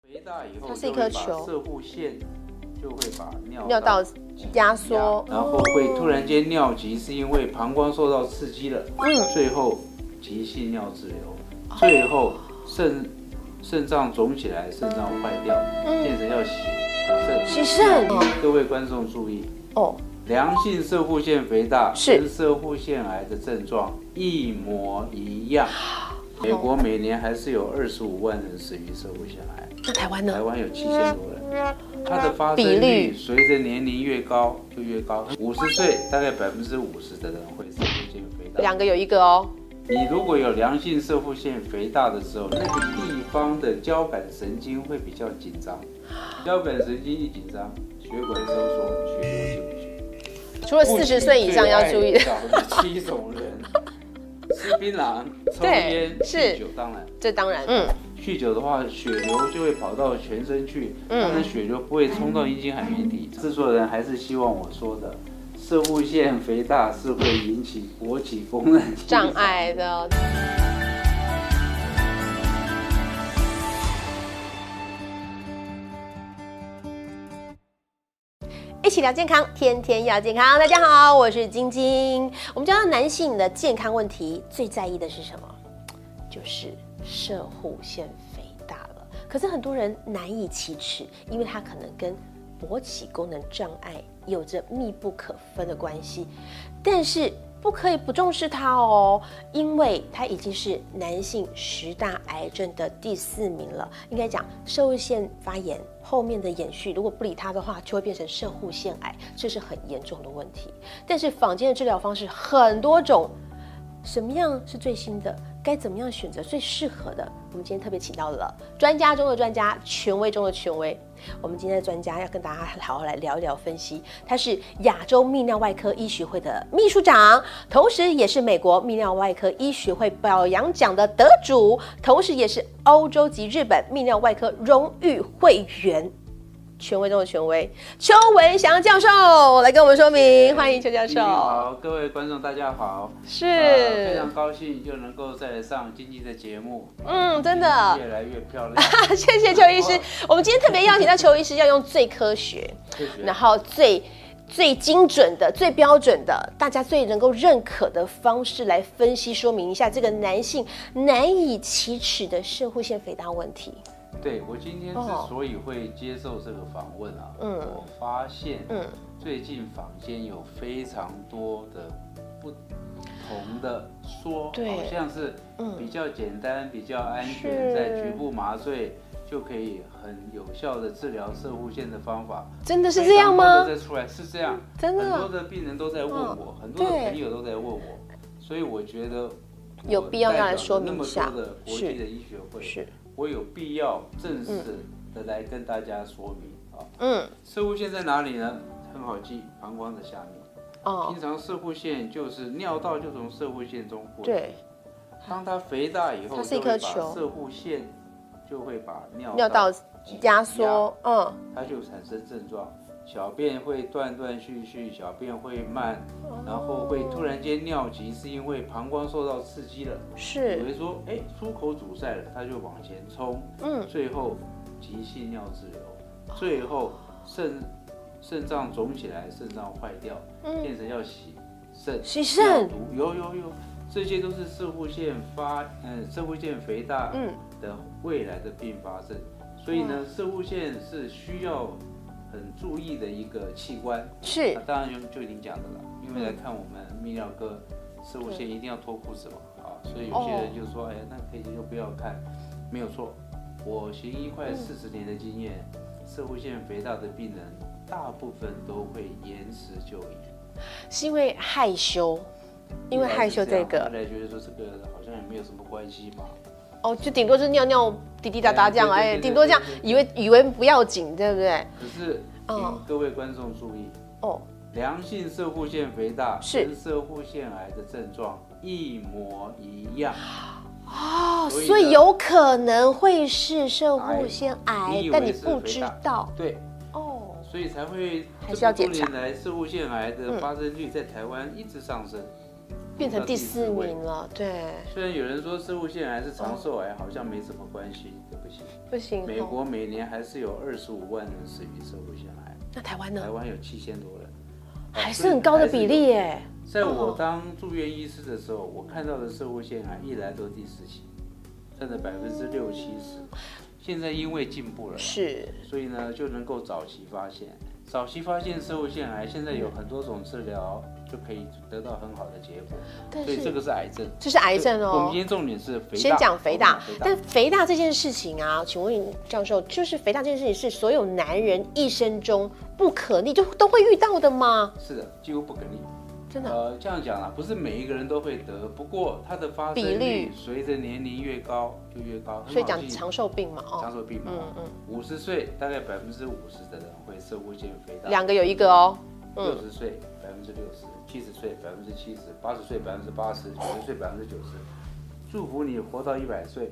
肥大以后， 它是一颗球， 射护腺就会把尿道压缩， 然后会突然间尿急，是因为膀胱受到刺激了，最后急性尿滞留，最后肾脏肿起来，肾脏坏掉，变成要洗肾。各位观众注意哦，良性射护腺肥大跟射护腺癌的症状一模一样。美国每年还是有25万人死于射护腺癌。 那台湾呢？ 台湾有7000多人。它的发生率随着年龄越高就越高。50岁大概50%的人会射护腺肥大。 2个有1个哦。 你如果有良性射护腺肥大的时候，那个地方的交感神经会比较紧张。交感神经一紧张，血管收缩，血流进不去。 除了40岁以上要注意的 7种人。吃槟榔、抽烟、酗酒，当然，酗酒的话，血流就会跑到全身去，当然血流不会冲到阴茎海绵体。制作人还是希望我说的，射护腺肥大是会引起勃起功能障碍的。一起聊健康，天天要健康。大家好，我是晶晶。我们讲到男性的健康问题，最在意的是什么？就是射护腺肥大了。可是很多人难以启齿，因为它可能跟勃起功能障碍有着密不可分的关系。但是不可以不重视它哦，因为它已经是男性10大癌症的第4名了。应该讲射护腺发炎后面的延续，如果不理它的话，就会变成射护腺癌，这是很严重的问题。但是坊间的治疗方式很多种，什么样是最新的？该怎么样选择最适合的？我们今天特别请到了专家中的专家，权威中的权威。我们今天的专家要跟大家好好来聊一聊分析。他是亚洲泌尿外科医学会的秘书长，同时也是美国泌尿外科医学会表扬奖的得主，同时也是欧洲及日本泌尿外科荣誉会员。权威中的权威，邱维祥教授来跟我们说明，欢迎邱教授。 好，各位观众大家好， 是非常高兴又能够再来上晶晶的节目， 真的越来越漂亮。 谢谢邱医师，我们今天特别邀请到邱医师，要用最科学，然后最精准的、最标准的、大家最能够认可的方式来分析说明一下这个男性难以启齿的射护腺肥大问题。 对，我今天之所以会接受这个访问啊，我发现最近坊间有非常多的不同的说，好像是比较简单、比较安全，在局部麻醉就可以很有效的治疗射护腺的方法。 真的是这样吗？ 再出来是这样， 真的， 很多的病人都在问我，很多的朋友都在问我，所以我觉得有必要来说明一下。 那么多的国际的医学会是。我有必要正式的来跟大家说明啊。射护腺在哪里呢？很好记，膀胱的下面。平常射护腺就是尿道就从射护腺中过去。对。当它肥大以后，它是一颗球，射护腺就会把尿道压缩， 它就产生症状。小便会断断续续，小便会慢，然后会突然间尿急，是因为膀胱受到刺激了。以为说，出口阻塞了，它就往前冲，最后急性尿滞留，最后肾脏肿起来，肾脏坏掉，变成要洗肾，有，这些都是射护腺肥大的未来的并发症。所以呢，射护腺是需要很注意的一个器官，那当然就已经讲的了，因为来看我们泌尿科，射护腺一定要脱裤子嘛，所以有些人就说，那可以就不要看，没有错。我行医快40年的经验，射护腺肥大的病人大部分都会延迟就医， 是因为害羞，这个， 后来觉得说这个好像也没有什么关系嘛。 就顶多是尿尿滴滴答答这样，顶多这样，以为不要紧，对不对？ 可是，请各位观众注意，良性射护腺肥大跟射护腺癌的症状一模一样。 所以有可能会是射护腺癌，但你不知道。 对。所以才会这么多年来射护腺癌的发生率在台湾一直上升。 变成第4名了。对， 虽然有人说肾上腺癌是长寿癌，好像没什么关系，对不行， 不行。 美国每年还是有25万人死于肾上腺癌。 那台湾呢？ 台湾有7000多人， 还是很高的比例耶。 在我当住院医师的时候，我看到的肾上腺癌一来都第10期，占了60%-70%。现在因为进步了， 是， 所以呢就能够早期发现。早期发现肾上腺癌，现在有很多种治疗就可以得到很好的结果。所以这个是癌症， 这是癌症哦。 我们今天重点是肥大。 先讲肥大，但肥大这件事情啊，请问教授，就是肥大这件事情是所有男人一生中不可逆就都会遇到的吗？ 是的，几乎不可逆。 真的？ 这样讲啦，不是每一个人都会得，不过它的发生率随着年龄越高就越高。 所以讲长寿病嘛， 长寿病嘛，50岁大概50%的人会肾上腺肥大 ，2个有1个哦。 60岁60%，70岁70%，80岁80%，90岁90%。祝福你活到100岁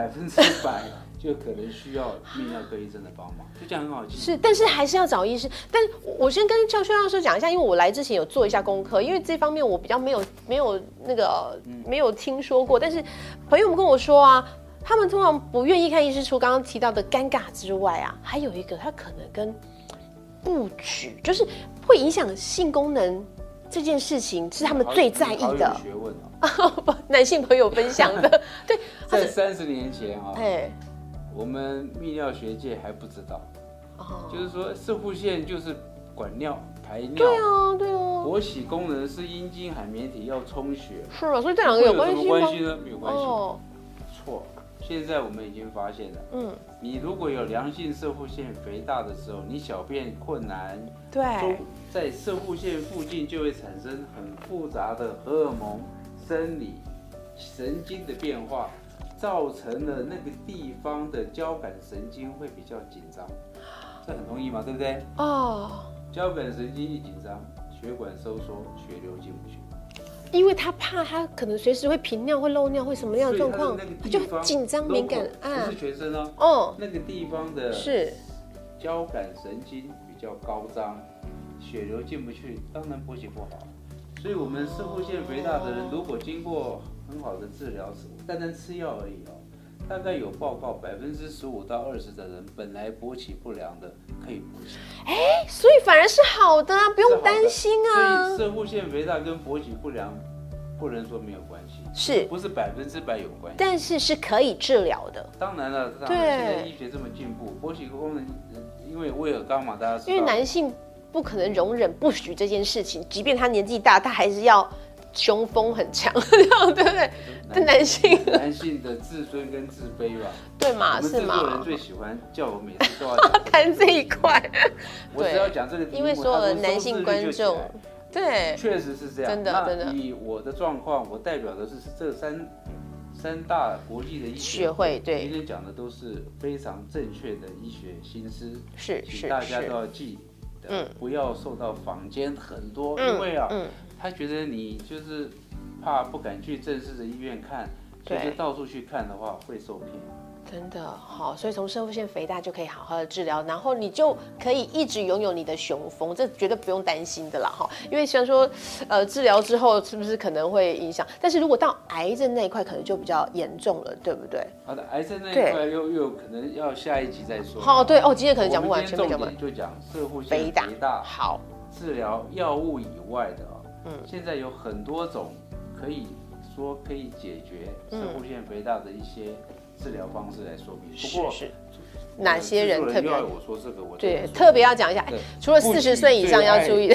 ，100%就可能需要泌尿科医生的帮忙，就这样很好记。 是，但是还是要找医师。但我先跟邱教授讲一下，因为我来之前有做一下功课，因为这方面我比较没有听说过。但是朋友们跟我说啊，他们通常不愿意看医师，除刚刚提到的尴尬之外啊，还有一个他可能跟布局，就是会影响性功能这件事情，是他们最在意的。 学问男性朋友分享的，对， 在30年前啊，我们泌尿学界还不知道，就是说肾上腺就是管尿排尿， 对啊， 勃起功能是阴茎海绵体要充血， 是啊，所以这2个有关系吗？ 有什么关系呢？没有关系，错。现在我们已经发现了，你如果有良性肾上腺肥大的时候，你小便困难， 对， 在肾上腺附近就会产生很复杂的荷尔蒙、生理、神经的变化，造成了那个地方的交感神经会比较紧张，这很容易嘛，对不对？交感神经一紧张，血管收缩，血流进不去。 因为他怕他可能随时会频尿、会漏尿、会什么样的状况，他就紧张敏感不是全身那个地方的交感神经比较高张，血流进不去，当然勃起不好。所以我们肾上腺肥大的人，如果经过很好的治疗，单单吃药而已大概有报告15%到20%的人本来勃起不良的可以勃起， 所以反而是好的啊，不用担心啊。 所以肾上腺肥大跟勃起不良不能说没有关系， 是不是100%有关系？ 但是是可以治疗的。 当然了，现在医学这么进步，勃起功能因为威尔刚嘛，大家知道， 因为男性不可能容忍不许这件事情，即便他年纪大，他还是要雄风很强，对不对？男性的自尊跟自卑吧， 对嘛？是嘛？ 我们制作人最喜欢叫我每次都要谈这一块， 我只要讲这个题目， 因为所有的男性观众，对， 确实是这样。 真的。 那以我的状况，我代表的是这三大国际的医学会，对， 今天讲的都是非常正确的医学心思， 是， 大家都要记得，不要受到坊间很多，因为他觉得你就是怕不敢去正式的医院看，所以就到处去看的话会受骗。 真的好，所以从肾上腺肥大就可以好好的治疗，然后你就可以一直拥有你的雄风，这绝对不用担心的啦哈。因为虽然说治疗之后是不是可能会影响，但是如果到癌症那一块可能就比较严重了，对不对？ 好的，癌症那一块又可能要下一集再说。 好，对今天可能讲不完， 全部讲不完，就讲肾上腺肥大好治疗药物以外的现在有很多种可以解决肾上腺肥大的一些治疗方式来说明。不过哪些人特别？ 我说这个，我对特别要讲一下。除了40岁以上要注意的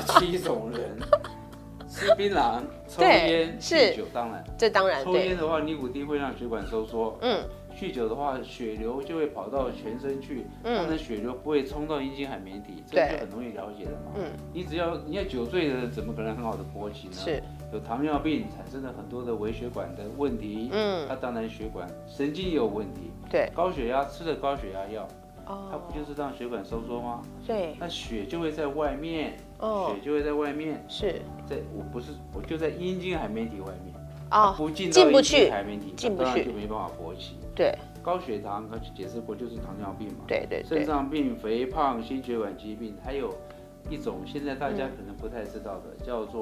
7种人：吃槟榔、抽烟、酗酒。当然， 这当然。 抽烟的话，尼古丁会让血管收缩。酗酒的话，血流就会跑到全身去，当然血流不会冲到阴茎海绵体，这就很容易了解了嘛。你要酒醉的人，怎么可能很好的勃起呢？ 是。 有糖尿病产生了很多的微血管的问题，它当然血管神经也有问题， 对， 高血压吃了高血压药，它不就是让血管收缩吗？ 对， 那血就会在外面，血就会在外面， 是我就在阴茎海绵体外面，不进到阴茎海绵体， 进不去就没办法勃起。 对， 高血糖刚才解释过就是糖尿病嘛， 对， 肾脏病、肥胖、心血管疾病，还有一种现在大家可能不太知道的，叫做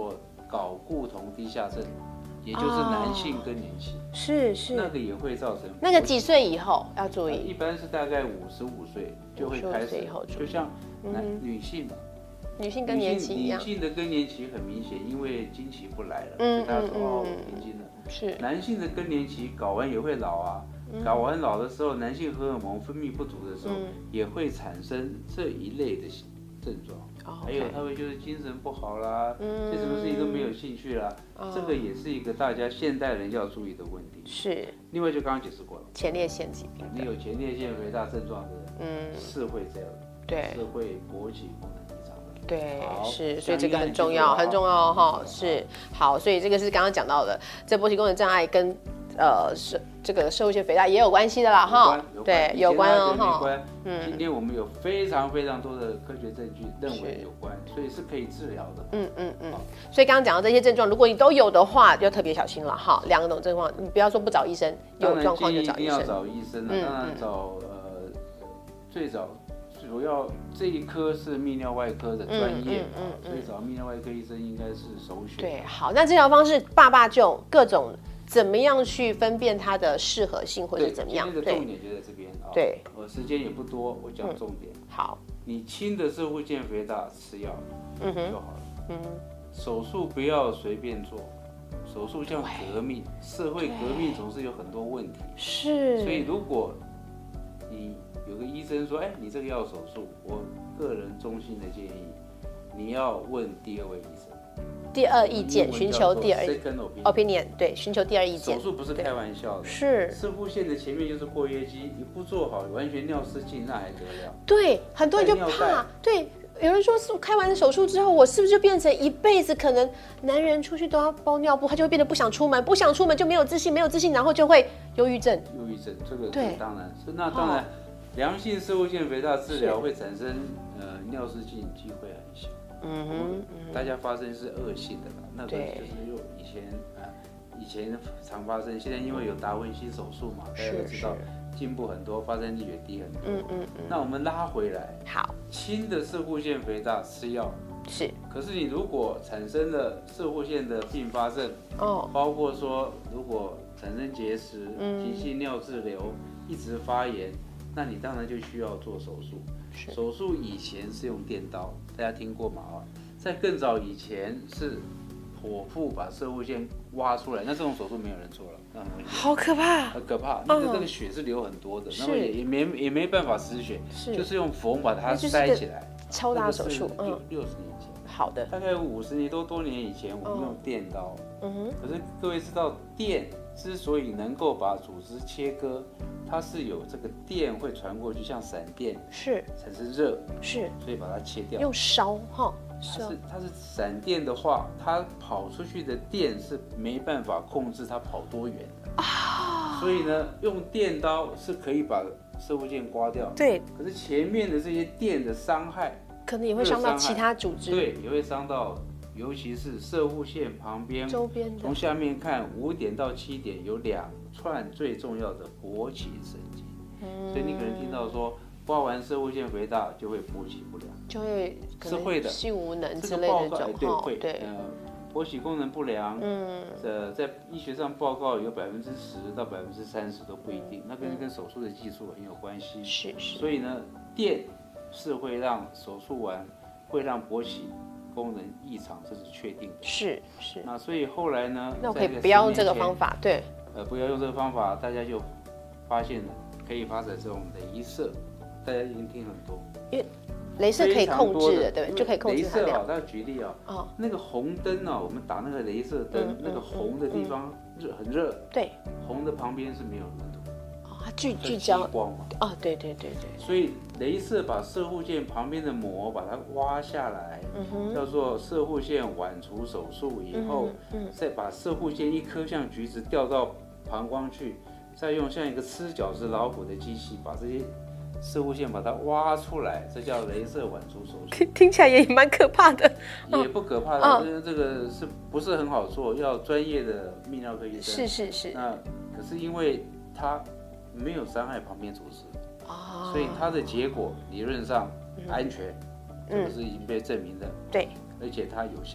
睾固酮低下症，也就是男性更年期， 是那个也会造成那个几岁以后要注意？ 一般是大概55岁就会开始，就像女性嘛。 女性更年期一样， 女性的更年期很明显，因为经期不来了，所以大家说哦，我停经了。 是男性的更年期，睾丸也会老啊，睾丸老的时候，男性荷尔蒙分泌不足的时候，也会产生这一类的症状。还有他会就是精神不好啦，对什么事情都没有兴趣啦，这个也是一个大家现代人要注意的问题。 是。 另外就刚刚解释过了， 前列腺疾病， 你有前列腺肥大症状的人，是会这样， 对， 是会勃起功能异常的。 对，是，所以这个很重要，很重要哈。是，好，所以这个是刚刚讲到的，这勃起功能障碍跟这个射物腺肥大也有关系的啦哈。对，有关哦哈。 今天我们有非常非常多的科学证据认为有关，所以是可以治疗的。 所以刚刚讲到这些症状，如果你都有的话，就要特别小心了哈。2种症状，你不要说不找医生，有状况就找医生。 一定要找医生了，当然找最早。主要这一科是泌尿外科的专业，所以找泌尿外科医生应该是首选。 对，好，那治疗方式爸就各种怎么样去分辨它的适合性，或是怎么样？ 今天的重点就在这边啊。 对， 我时间也不多，我讲重点。 好， 你轻的射护腺肥大吃药就好了。手术不要随便做，手术像革命，社会革命总是有很多问题。 是， 所以如果你有个医生说，你这个要手术，我个人衷心的建议，你要问第2位医生， 第2意见，寻求第2 opinion， 对，寻求第2意见。 手术不是开玩笑的， 是射护腺的前面就是括约肌，你不做好，完全尿失禁，那还得了？ 对，很多人就怕，对，有人说是开完手术之后，我是不是就变成一辈子可能男人出去都要包尿布，他就会变得不想出门，不想出门就没有自信，没有自信，然后就会忧郁症。 忧郁症，这个当然是，那当然。良性射护腺肥大治疗会产生尿失禁机会很小，大家发生是恶性的啦，那个就是用以前常发生，现在因为有达文西手术嘛，大家都知道进步很多，发生率也低很多。那我们拉回来， 好， 轻的射护腺肥大吃药是， 可是你如果产生了射护腺的并发症，包括说如果产生结石、急性尿滞留、一直发炎。那你当然就需要做手术。手术以前是用电刀，大家听过吗？在更早以前是剖腹把射护腺挖出来，那这种手术没有人做了，那很危险， 好可怕， 很可怕。那个血是流很多的，那么也没办法止血，就是用缝把它塞起来。 超大手术 ，60年前。 好的， 大概50年多年以前，我们用电刀。可是各位知道，电之所以能够把组织切割，它是有这个电会传过去，像闪电是产生热， 是， 所以把它切掉。 用烧哈， 它是闪电的话，它跑出去的电是没办法控制它跑多远的啊。所以呢，用电刀是可以把射护腺刮掉。 对， 可是前面的这些电的伤害， 可能也会伤到其他组织。 对，也会伤到。尤其是射护腺旁边周边的，从下面看5点到7点有2串最重要的勃起神经，所以你可能听到说刮完射护腺肥大就会勃起不良， 就会是会的， 性无能之类的这种， 对会，对，勃起功能不良，在医学上报告有10%到30%都不一定，那跟手术的技术很有关系， 是， 所以呢，电是会让手术完会让勃起功能异常，这是确定的。是。那所以后来呢？ 那我可以不要用这个方法，对。 不要用这个方法，大家就发现了可以发展这种雷射，大家已经听很多。 因为雷射可以控制的，对，就可以控制它。 雷射大家举例那个红灯我们打那个雷射灯，那个红的地方很热， 对， 红的旁边是没有温度。 它聚焦光嘛， 对， 所以雷射把射护腺旁边的膜把它挖下来，叫做射护腺剜除手术以后，再把射护腺一颗像橘子掉到膀胱去，再用像一个吃饺子老虎的机器把这些射护腺把它挖出来，这叫雷射剜除手术。 听起来也蛮可怕的， 也不可怕的，这个是不是很好做？要专业的泌尿科医生。 是。 那可是因为它没有伤害旁边组织，所以它的结果理论上安全，这个是已经被证明的。 对， 而且它有效。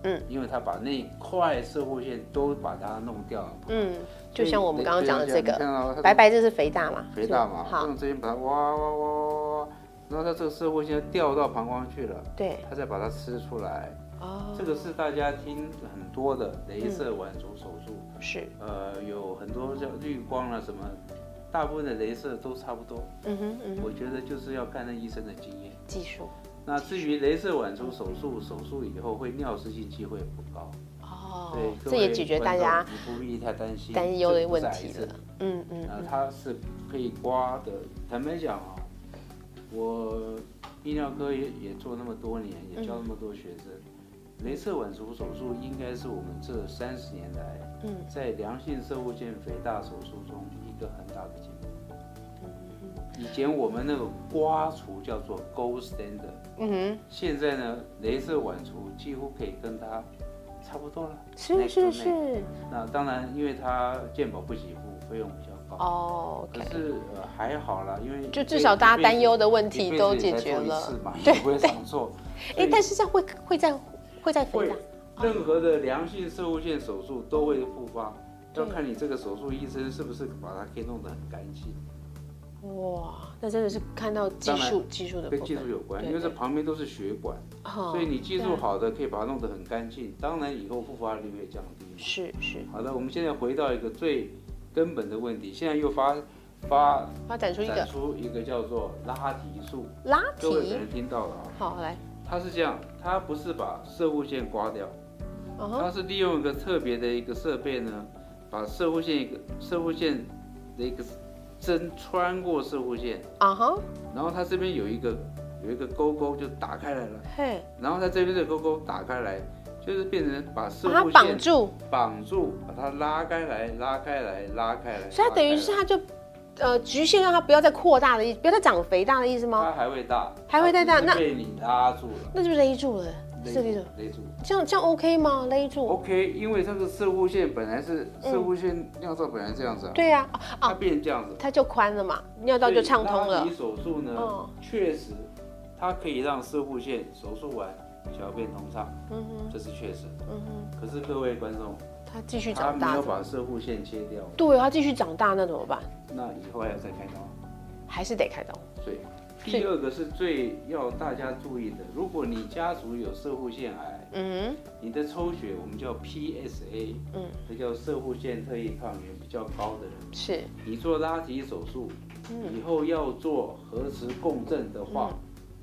因为它把那一块射护线都把它弄掉了， 就像我们刚刚讲的这个白白，这是肥大嘛？ 肥大嘛，用这边把它挖，然后它这个射护线掉到膀胱去了， 对， 它再把它吃出来。这个是大家听很多的雷射晚足手术， 是， 有很多叫绿光啊什么，大部分的雷射都差不多。我觉得就是要看那医生的经验、 技术。 那至于雷射晚足手术以后会尿失禁机会不高。对， 这也解决大家不必太担心担忧的问题了。 它是可以刮的。坦白讲啊，我泌尿科也做那么多年，也教那么多学生。雷射晚足手术应该是我们这30年来，在良性射护腺肥大手术中一个很大的进步。以前我们那个刮除叫做 gold standard，现在呢，雷射晚除几乎可以跟它差不多了。 是。 那当然，因为它健保不给付，费用比较高。可是还好啦，因为就至少大家担忧的问题都解决了。 对，不会常做。 但是这样会再肥大。 任何的良性射护腺手术都会复发，要看你这个手术医生是不是把它可以弄得很干净。 哇，那真的是看到技术的部分， 跟技术有关，因为这旁边都是血管，所以你技术好的可以把它弄得很干净，当然以后复发率会降低。 是。 好的，我们现在回到一个最根本的问题，现在又发展出一个叫做拉提术，各位可能听到了啊。 好，来， 它是这样，它不是把射护腺刮掉，它是利用一个特别的一个设备呢，把射护腺的一个针穿过射护腺，然后它这边有一个沟沟就打开来了，然后它这边的沟沟打开来，就是变成把射护腺绑住，把它拉开来， 所以它等于是它就局限让它不要再扩大的意思，不要再长肥大的意思吗？ 它还会大， 那被你拉住了， 那就是勒住了。 勒住， 这样 OK 吗？勒住 ？OK， 因为这个射护腺本来是射护腺尿道本来这样子啊， 对呀， 它变这样子， 它就宽了嘛，尿道就畅通了。 拉提手术呢，确实它可以让射护腺手术完小便通畅，这是确实的。可是各位观众， 它继续长大， 它没有把射护腺切掉， 对，它继续长大，那怎么办？ 那以后还要再开刀， 还是得开刀。 对。第二个是最要大家注意的，如果你家族有射护腺癌，你的抽血我们叫 PSA，这叫射护腺特异抗原比较高的人， 是你做拉提手术，以后要做核磁共振的话，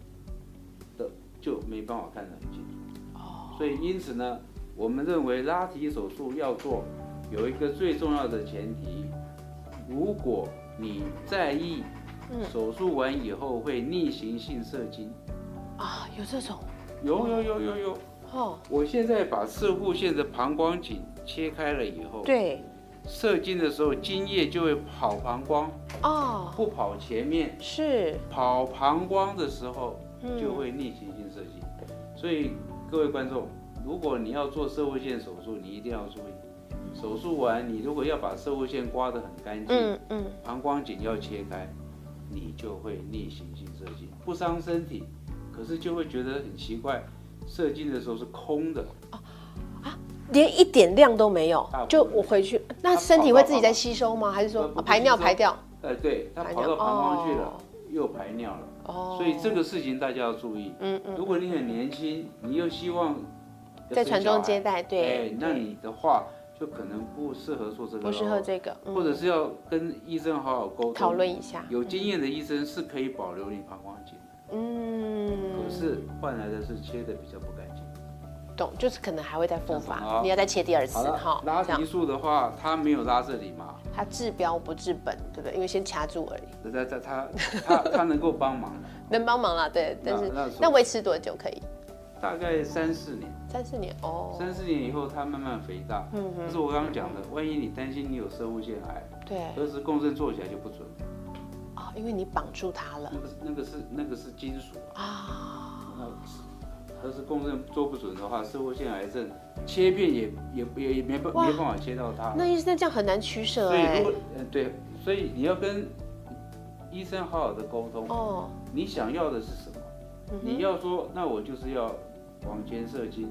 就没办法看得很清楚。所以因此呢，我们认为拉提手术要做，有一个最重要的前提，如果你在意手术完以后会逆行性射精有这种？ 有。我现在把射护腺的膀胱颈切开了以后， 对， 射精的时候精液就会跑膀胱，不跑前面， 是跑膀胱的时候就会逆行性射精。所以各位观众，如果你要做射护腺手术，你一定要注意，手术完你如果要把射护腺刮得很干净，膀胱颈要切开，你就会逆行性射精，不伤身体，可是就会觉得很奇怪，射精的时候是空的， 连一点量都没有。就我回去，那身体会自己在吸收吗？还是说排尿排掉？ 对，它跑到膀胱去了，又排尿了。所以这个事情大家要注意。如果你很年轻，你又希望在传宗接代，对， 那你的话就可能不适合做这个， 不适合这个， 或者是要跟医生好好沟通， 讨论一下。 有经验的医生是可以保留你膀胱颈的，可是换来的是切的比较不干净。 懂，就是可能还会再复发，你要再切第二次。 好，拉提术的话，它没有拉这里嘛， 它治标不治本，对不对？因为先掐住而已。 它能够帮忙， 能帮忙啦，对。但是那维持多久可以？ 大概3-4年。 3-4年哦。 3-4年以后，它慢慢肥大。这是我刚刚讲的，万一你担心你有射护腺癌， 对， 核磁共振做起来就不准。 因为你绑住它了。 那个是金属核磁共振做不准的话，射护腺癌症切片也没办法切到它。 那医生这样很难取舍。 所以你要跟医生好好的沟通。你想要的是什么？你要说那我就是要往前射精，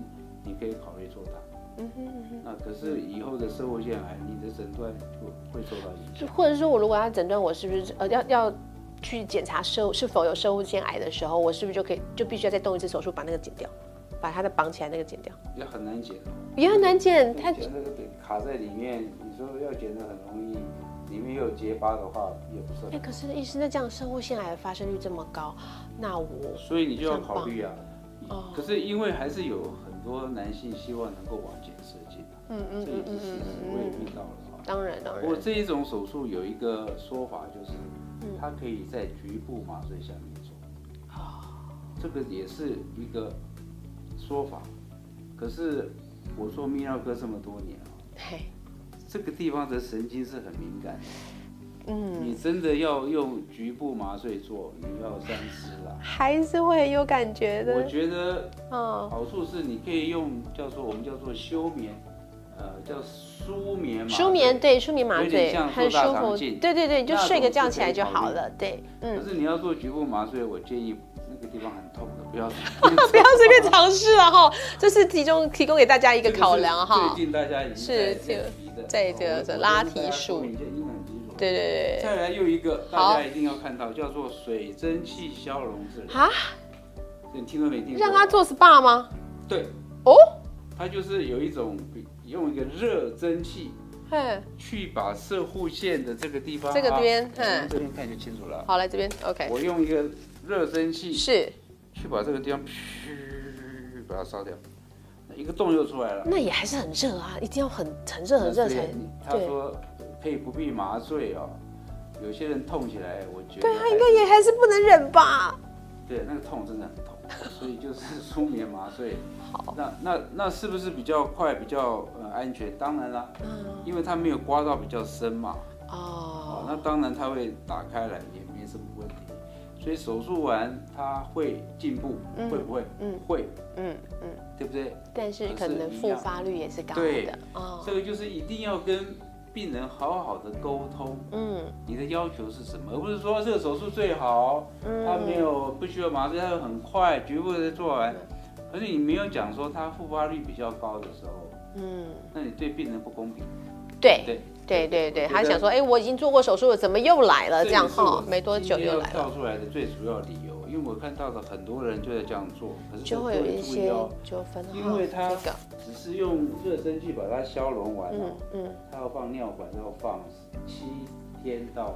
你可以考虑做它。那可是以后的攝護腺癌，你的诊断会受到影响。 或者说我如果要诊断我是不是要去检查是否有攝護腺癌的时候，我是不是就必须要再动一次手术把那个剪掉，把它的绑起来那个剪掉？ 也很难剪哦， 也很难剪， 它剪那个卡在里面，你说要剪得很容易，里面又有结疤的话，也不是。 可是医师，那这样攝護腺癌的发生率这么高，那所以你就要考虑啊。可是因为还是有很多男性希望能够往前射精，这也是事实，我也遇到了啊。 当然。 不过这一种手术有一个说法，就是它可以在局部麻醉下面做，这个也是一个说法。可是我做泌尿科这么多年啊，这个地方的神经是很敏感的。你真的要用局部麻醉做，你要三思啦， 还是会有感觉的。 我觉得，好处是你可以用我们叫做休眠，叫舒眠麻醉。舒眠对，舒眠麻醉很舒服。对，就睡个觉起来就好了。对，可是你要做局部麻醉，我建议那个地方很痛的，不要随便尝试了哈。这是提供给大家一个考量哈。 最近大家已经在这个拉提术。对。 再来又一个，大家一定要看到，叫做水蒸气消融治疗。啊？你听都没听过？ 让他做 SPA 吗？ 对。它就是有一种用一个热蒸汽，去把攝護腺的这个地方， 这边看就清楚了。 好，来这边 ，OK。 我用一个热蒸汽去把这个地方把它烧掉，一个洞又出来了。 那也还是很热啊，一定要很热才。 他说。可以不必麻醉哦，有些人痛起来，我觉得对他应该也还是不能忍吧？ 对，那个痛真的很痛，所以就是舒眠麻醉。好，那是不是比较快、比较安全？当然啦，因为它没有刮到比较深嘛。那当然它会打开来，也没什么问题。所以手术完它会进步，会不会？会。对不对？ 但是可能复发率也是高的。 对，这个就是一定要跟病人好好的沟通，你的要求是什么，而不是说这个手术最好，他不需要麻醉，他很快局部的做完，可是你没有讲说他复发率比较高的时候，那你对病人不公平。 对，他想说，我已经做过手术了，怎么又来了？这样哈，没多久又来了。 跳出来的最主要理由，因为我看到的很多人就在这样做，可是就会有一些纠纷， 因为他只是用热蒸汽把它消融完了，他要放尿管，要放7天到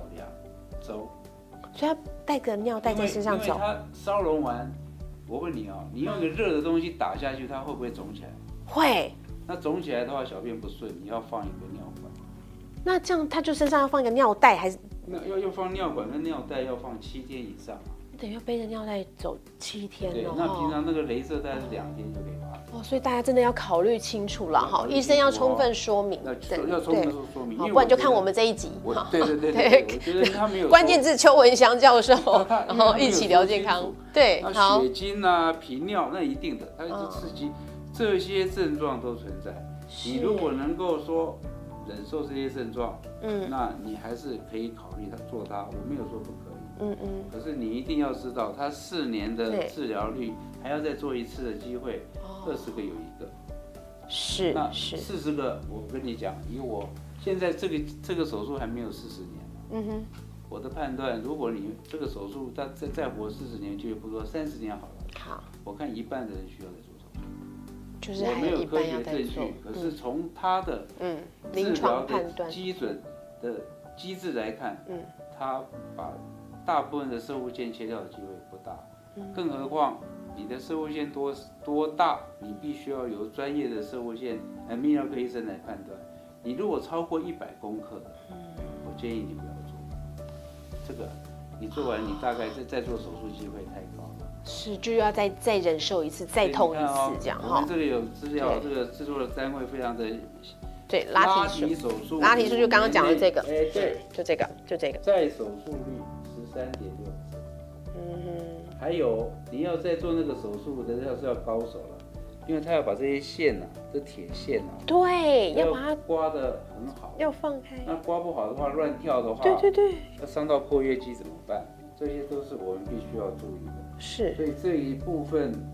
2周， 所以他带个尿袋在身上走。 因为他烧融完，我问你你用一个热的东西打下去，它会不会肿起来？ 会。 那肿起来的话，小便不顺，你要放一个尿管。 那这样他就身上要放一个尿袋，还是？ 那要放尿管跟尿袋，要放7天以上。 等于要背着尿袋走7天。 对，那平常那个雷射袋是2天就可以拔。 所以大家真的要考虑清楚了哈，医生要充分说明。 要充分说明， 不然就看我们这一集。 对，我觉得他没有关键字邱文祥教授，然后一起聊健康。对， 好。血精啊、频尿那一定的，它是刺激，这些症状都存在。你如果能够说忍受这些症状，那你还是可以考虑做它。我没有说不可以，可是你一定要知道，它4年的治疗率，还要再做1次的机会，20个有1个。 是， 那40个，我跟你讲，以我现在这个手术还没有40年，我的判断，如果你这个手术再活40年，就不说30年好了。好，我看1半的人需要再做手术。 就是我没有科学证据，可是从他的临床判断基准的机制来看，他把大部分的攝護腺切掉的机会不大，更何况你的攝護腺多大，你必须要由专业的攝護腺泌尿科医生来判断。你如果超过100公克的，我建议你不要做。这个你做完，你大概再做手术机会太高了。 是，就要再忍受1次，再痛1次这样哈。 我们这里有资料，这个制作的单位非常的。 对，拉提手术，拉提术就刚刚讲的这个。对，就这个。 再手术率13.6%。还有你要再做那个手术的，要高手了，因为他要把这些线这铁线对，要把它刮得很好， 要放开。 那刮不好的话，乱跳的话， 对， 要伤到括约肌怎么办？这些都是我们必须要注意的。 是， 所以这一部分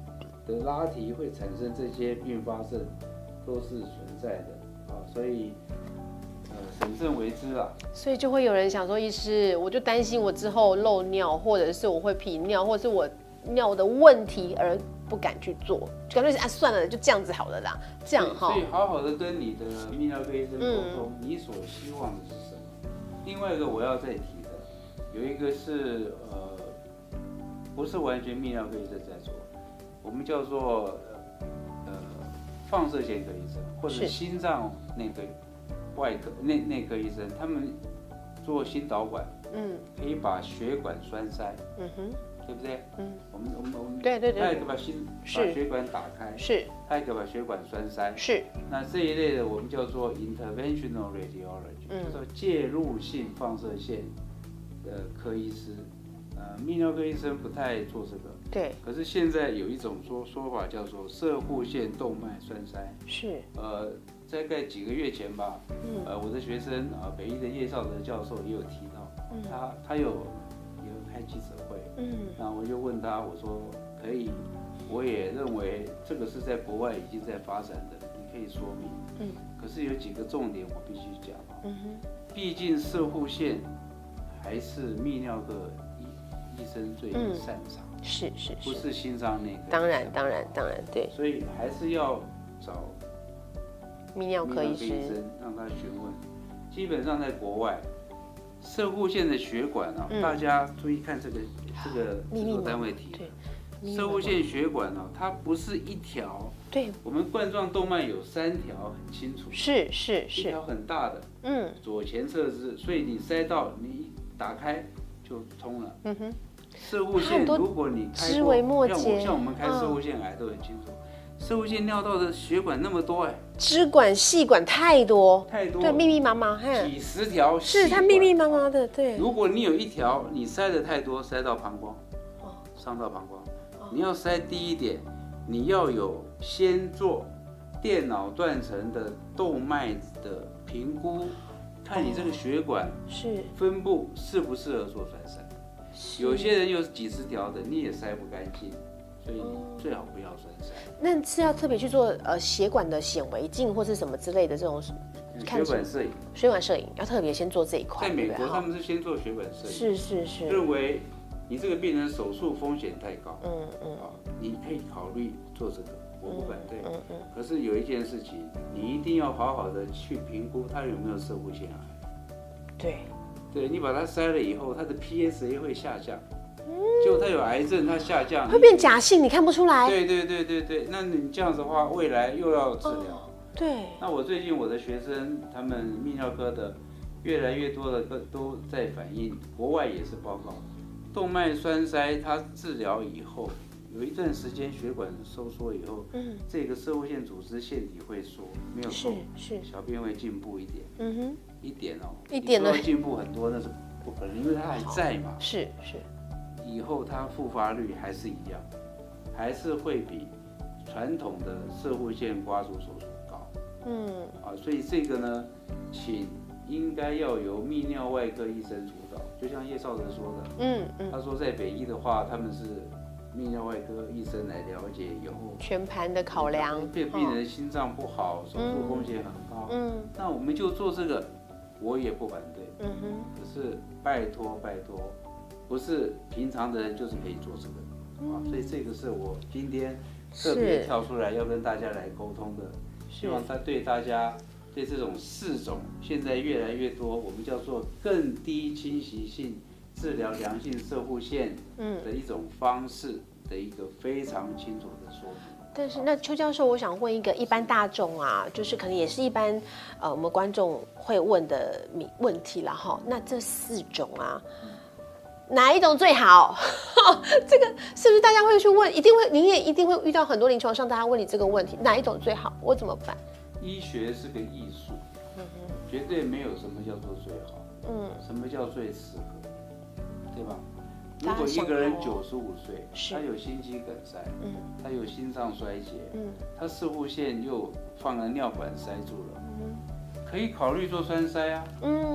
的拉提会产生这些并发症，都是存在的啊，所以审慎为之啦。 所以就会有人想说，医师，我就担心我之后漏尿，或者是我会频尿，或者是我尿的问题而不敢去做，就干脆算了，就这样子好了啦，这样哈。 所以好好的跟你的泌尿科医生沟通，你所希望的是什么？另外一个我要再提的，有一个是不是完全泌尿科医生在做，我们叫做放射线科医生或者心脏内科外科内科医生，他们做心导管，可以把血管栓塞，对不对？我们对， 他也可以把血管打开， 是， 他也可以把血管栓塞， 是。 那这一类的我们叫做 interventional radiology，就是介入性放射线的科医师。泌尿科医生不太做这个， 对。 可是现在有一种说法叫做摄护腺动脉栓塞， 是。 大概几个月前吧，我的学生北医的叶绍德教授也有提到，他有开记者会，那我就问他，我说可以，我也认为这个是在国外已经在发展的，你可以说明，可是有几个重点我必须讲，毕竟摄护腺还是泌尿科医生最擅长，是，不是心脏内科， 当然，对， 所以还是要找泌尿科医生让他询问。基本上在国外，摄护腺的血管大家注意看这个制作单位提的，摄护腺血管它不是一条， 对， 我们冠状动脉有3条，很清楚， 是， 一条很大的，左前侧支，所以你塞到你一打开就通了，摄护腺如果你开过，像我们开摄护腺癌都很清楚。摄护腺尿道的血管那么多支管细管太多，对，密密麻麻， 几十条， 是它密密麻麻的，对。 如果你有一条你塞的太多，塞到膀胱，伤到膀胱，你要塞低一点，你要有先做电脑断层的动脉的评估，看你这个血管是分布适不适合做栓塞。有些人又是几十条的，你也塞不干净。所以你最好不要栓塞。 那是要特别去做血管的显微镜或是什么之类的这种血管摄影。 血管摄影要特别先做这一块。 在美国他们是先做血管摄影， 是， 认为你这个病人手术风险太高，你可以考虑做这个，我不反对。可是有一件事情，你一定要好好的去评估他有没有摄护腺癌。对，你把它塞了以后，它的 PSA 会下降。结果他有癌症，它下降会变假性，你看不出来。 对，那你这样子的话，未来又要治疗。 对。 那我最近我的学生，他们泌尿科的越来越多的都在反映，国外也是报告，动脉栓塞它治疗以后，有一段时间血管收缩以后，这个摄护腺组织腺体会缩，没有错，是小便会进步一点，一点呢，进步很多那是不可能，因为它还在嘛。是。以后它复发率还是一样，还是会比传统的摄护腺刮除手术高。所以这个呢，请应该要由泌尿外科医生主导，就像叶绍德说的，他说在北医的话，他们是泌尿外科医生来了解以后全盘的考量， 病人心脏不好，手术风险很高，那我们就做这个，我也不反对，可是拜托。不是平常的人就是可以做这个，所以这个是我今天特别跳出来要跟大家来沟通的，希望他对大家对这种4种现在越来越多，我们叫做更低侵袭性治疗良性摄护腺的一种方式的一个非常清楚的说明。 但是那邱教授，我想问一个一般大众就是可能也是一般我们观众会问的问题啦哈。那这4种哪一种最好？这个是不是大家会去问？你也一定会遇到很多临床上大家问你这个问题，哪一种最好？我怎么办？ 医学是个艺术，绝对没有什么叫做最好，什么叫最适合，对吧？如果一个人95岁，他有心肌梗塞，他有心脏衰竭，他摄护腺又放了尿管塞住了，可以考虑做栓塞啊。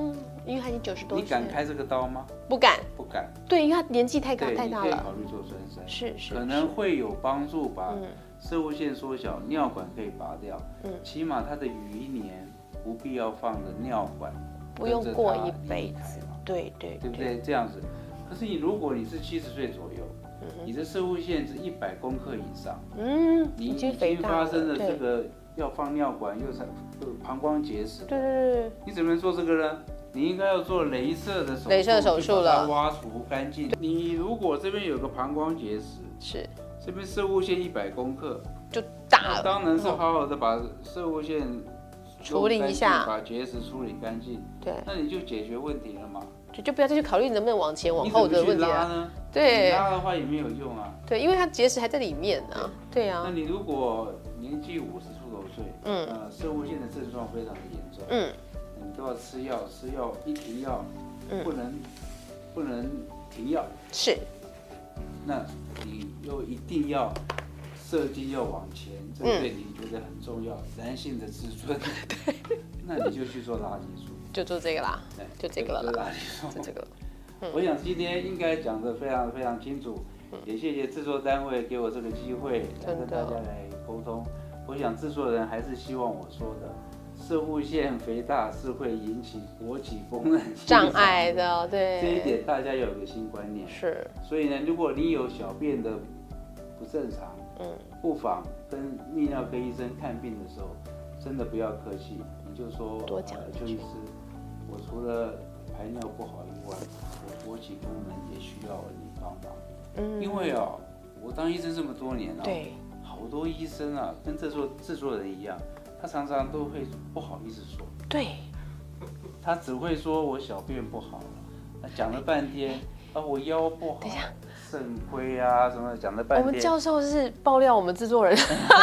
因为他已经90多岁。 你敢开这个刀吗？ 不敢， 不敢。 对，因为他年纪太大了。 你可以考虑做栓塞， 是可能会有帮助，把射物线缩小，尿管可以拔掉。起码他的余年不必要放的尿管， 不用过一辈子。对不对？这样子。可是如果你是70岁左右，你的射物线是100公克以上，你已经发生了这个要放尿管又膀胱结石， 对， 你怎么能做这个呢？你应该要做雷射的手术了， 挖除干净。你如果这边有个膀胱结石， 是这边射物线100公克就大了， 当然是好好的把射物线处理一下， 把结石处理干净， 对， 那你就解决问题了嘛。 就不要再去考虑能不能往前往后的问题了。 对， 你拉的话也没有用啊。 对，因为它结石还在里面啊。对啊。 那你如果年纪50出头岁，射物线的症状非常的严重，你都要吃药，一停药，不能停药。 是。 那你又一定要射精要往前，这对你觉得很重要，男性的自尊。对。那你就去做拉提术。 就做这个啦，就这个了啦，就这个。 我想今天应该讲得非常非常清楚，也谢谢制作单位给我这个机会来跟大家来沟通。我想制作人还是希望我说的，射物线肥大是会引起勃起功能障碍的，对。 这一点大家要有个新观念。 是。 所以呢，如果你有小便的不正常，不妨跟泌尿科医生看病的时候，真的不要客气，你就说多讲邱医师，我除了排尿不好以外，我勃起功能也需要你帮忙。因为我当医生这么多年对， 好多医生跟制作人一样，他常常都会不好意思说。 对， 他只会说我小便不好了，讲了半天我腰不好，肾亏啊什么，讲了半天。 我们教授是爆料我们制作人。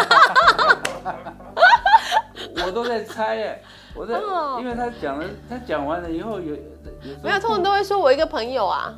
我都在猜因为他讲完了以后没有，通常都会说我一个朋友啊。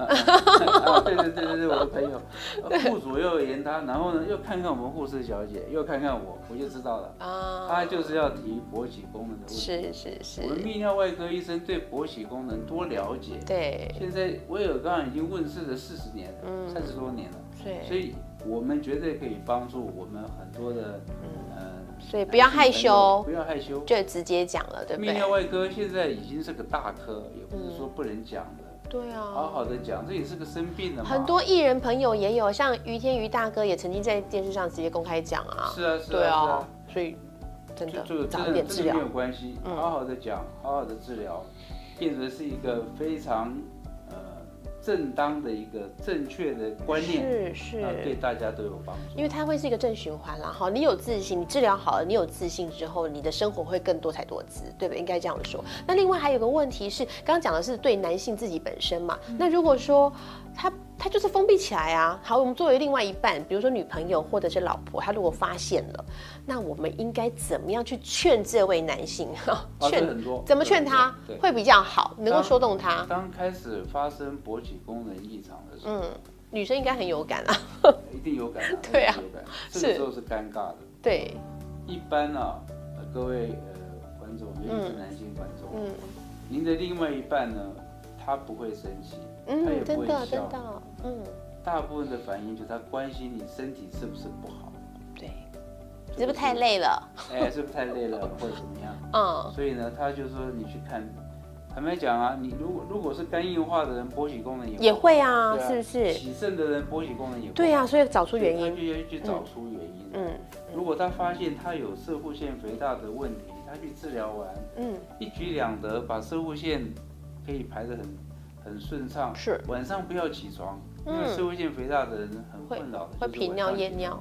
对，我的朋友，护主又言他，然后呢又看看我们护士小姐，又看看我就知道了他就是要提勃起功能的问题。 是。 我们泌尿外科医生对勃起功能多了解。 对。 现在威尔刚已经问世了40年了，30多年了。 对。 所以我们绝对可以帮助我们很多的所以不要害羞， 就直接讲了，对不对？ 泌尿外科现在已经是个大科，也不是说不能讲的。 对啊， 好好的讲，这也是个生病的嘛。 很多艺人朋友也有，像于天于大哥也曾经在电视上直接公开讲啊。 是啊， 对啊，所以真的早一点治疗没有关系，好好的讲，好好的治疗，变成是一个非常正当的一个正确的观念，是对大家都有帮助。 因为它会是一个正循环啦，哈，你有自信，你治疗好了，你有自信之后，你的生活会更多彩多姿，对不对？应该这样说。那另外还有个问题是，刚刚讲的是对男性自己本身嘛，那如果说他就是封闭起来啊。好，我们作为另外一半，比如说女朋友或者是老婆，他如果发现了，那我们应该怎么样去劝这位男性？怎么劝他会比较好，能够说动他？ 当开始发生勃起功能异常的时候， 女生应该很有感啊， 一定有感啊， 对啊， 这个时候是尴尬的。 对， 一般各位观众，尤其是男性观众，您的另外一半呢，他不会生气。他也不会笑，大部分的反应就是他关心你身体是不是不好， 对，是不是太累了？ 是不是太累了，或者怎么样？所以呢，他就说你去看，坦白讲啊，你如果是肝硬化的人，勃起功能也会啊，是不是？ 洗肾的人勃起功能也会。 对啊，所以找出原因， 他就要去找出原因。如果他发现他有射护腺肥大的问题，他去治疗完，一举两得，把射护腺可以排得很顺畅， 是晚上不要起床，因为射护腺肥大的人很困扰的， 会频尿、夜尿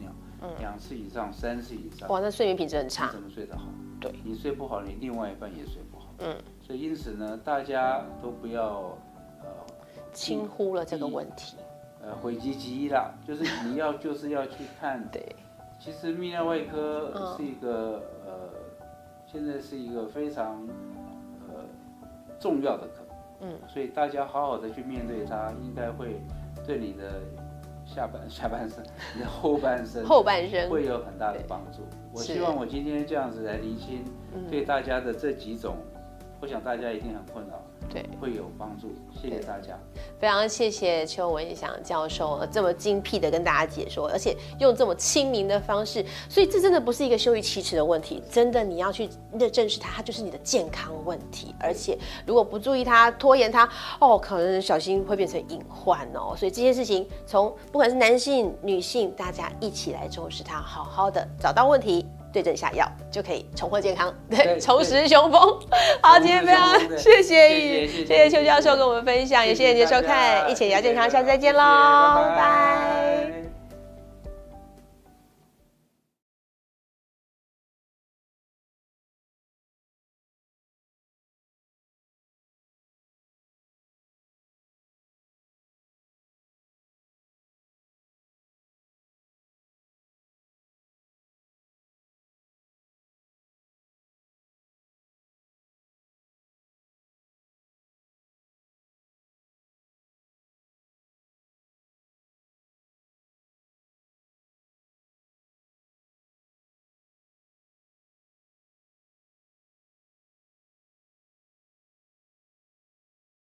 ，2次以上、3次以上， 哇，那睡眠品质很差， 你怎么睡得好？ 对， 你睡不好，你另外一半也睡不好，所以因此呢，大家都不要轻忽了这个问题， 讳疾忌医啦，就是你就是要去看， 对， 其实泌尿外科是一个现在是一个非常重要的科。所以大家好好的去面对它，应该会对你的下半身，你的后半生会有很大的帮助。我希望我今天这样子来厘清对大家的这几种我想大家一定很困扰， 对， 会有帮助。谢谢大家， 非常谢谢邱文祥教授这么精辟的跟大家解说，而且用这么亲民的方式，所以这真的不是一个羞于启齿的问题，真的你要去正视它，它就是你的健康问题，而且如果不注意它、拖延它，可能小心会变成隐患哦。所以这件事情从不管是男性、女性，大家一起来重视它，好好的找到问题。对症下药就可以重获健康，对，重拾雄风。好，今天非常谢谢邱教授跟我们分享，也谢谢你的收看，一起聊健康，下次再见喽，拜拜。